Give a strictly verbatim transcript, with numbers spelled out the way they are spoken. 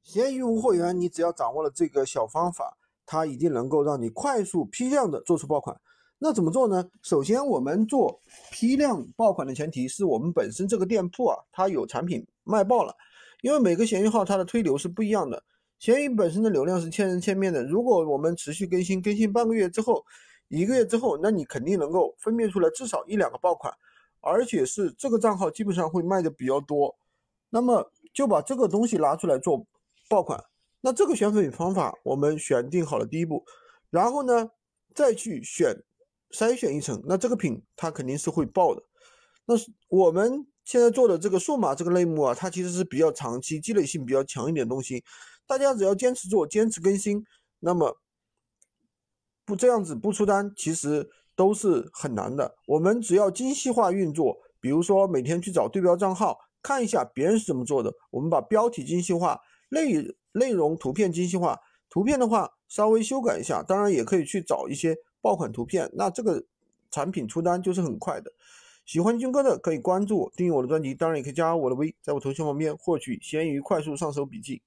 闲鱼无货源，你只要掌握了这个小方法，它一定能够让你快速批量的做出爆款。那怎么做呢？首先，我们做批量爆款的前提是我们本身这个店铺啊，它有产品卖爆了。因为每个闲鱼号它的推流是不一样的，闲鱼本身的流量是千人千面的。如果我们持续更新，更新半个月之后、一个月之后，那你肯定能够分辨出来至少一两个爆款，而且是这个账号基本上会卖的比较多。那么就把这个东西拿出来做爆款。那这个选品方法我们选定好了第一步，然后呢再去选筛选一层，那这个品它肯定是会爆的。那我们现在做的这个数码这个类目啊，它其实是比较长期积累性比较强一点的东西，大家只要坚持做坚持更新，那么不这样子不出单其实都是很难的。我们只要精细化运作，比如说每天去找对标账号看一下别人是怎么做的，我们把标题精细化，内内容图片精细化，图片的话稍微修改一下，当然也可以去找一些爆款图片，那这个产品出单就是很快的。喜欢军哥的可以关注我订阅我的专辑，当然也可以加我的微，在我头像旁边获取闲鱼快速上手笔记。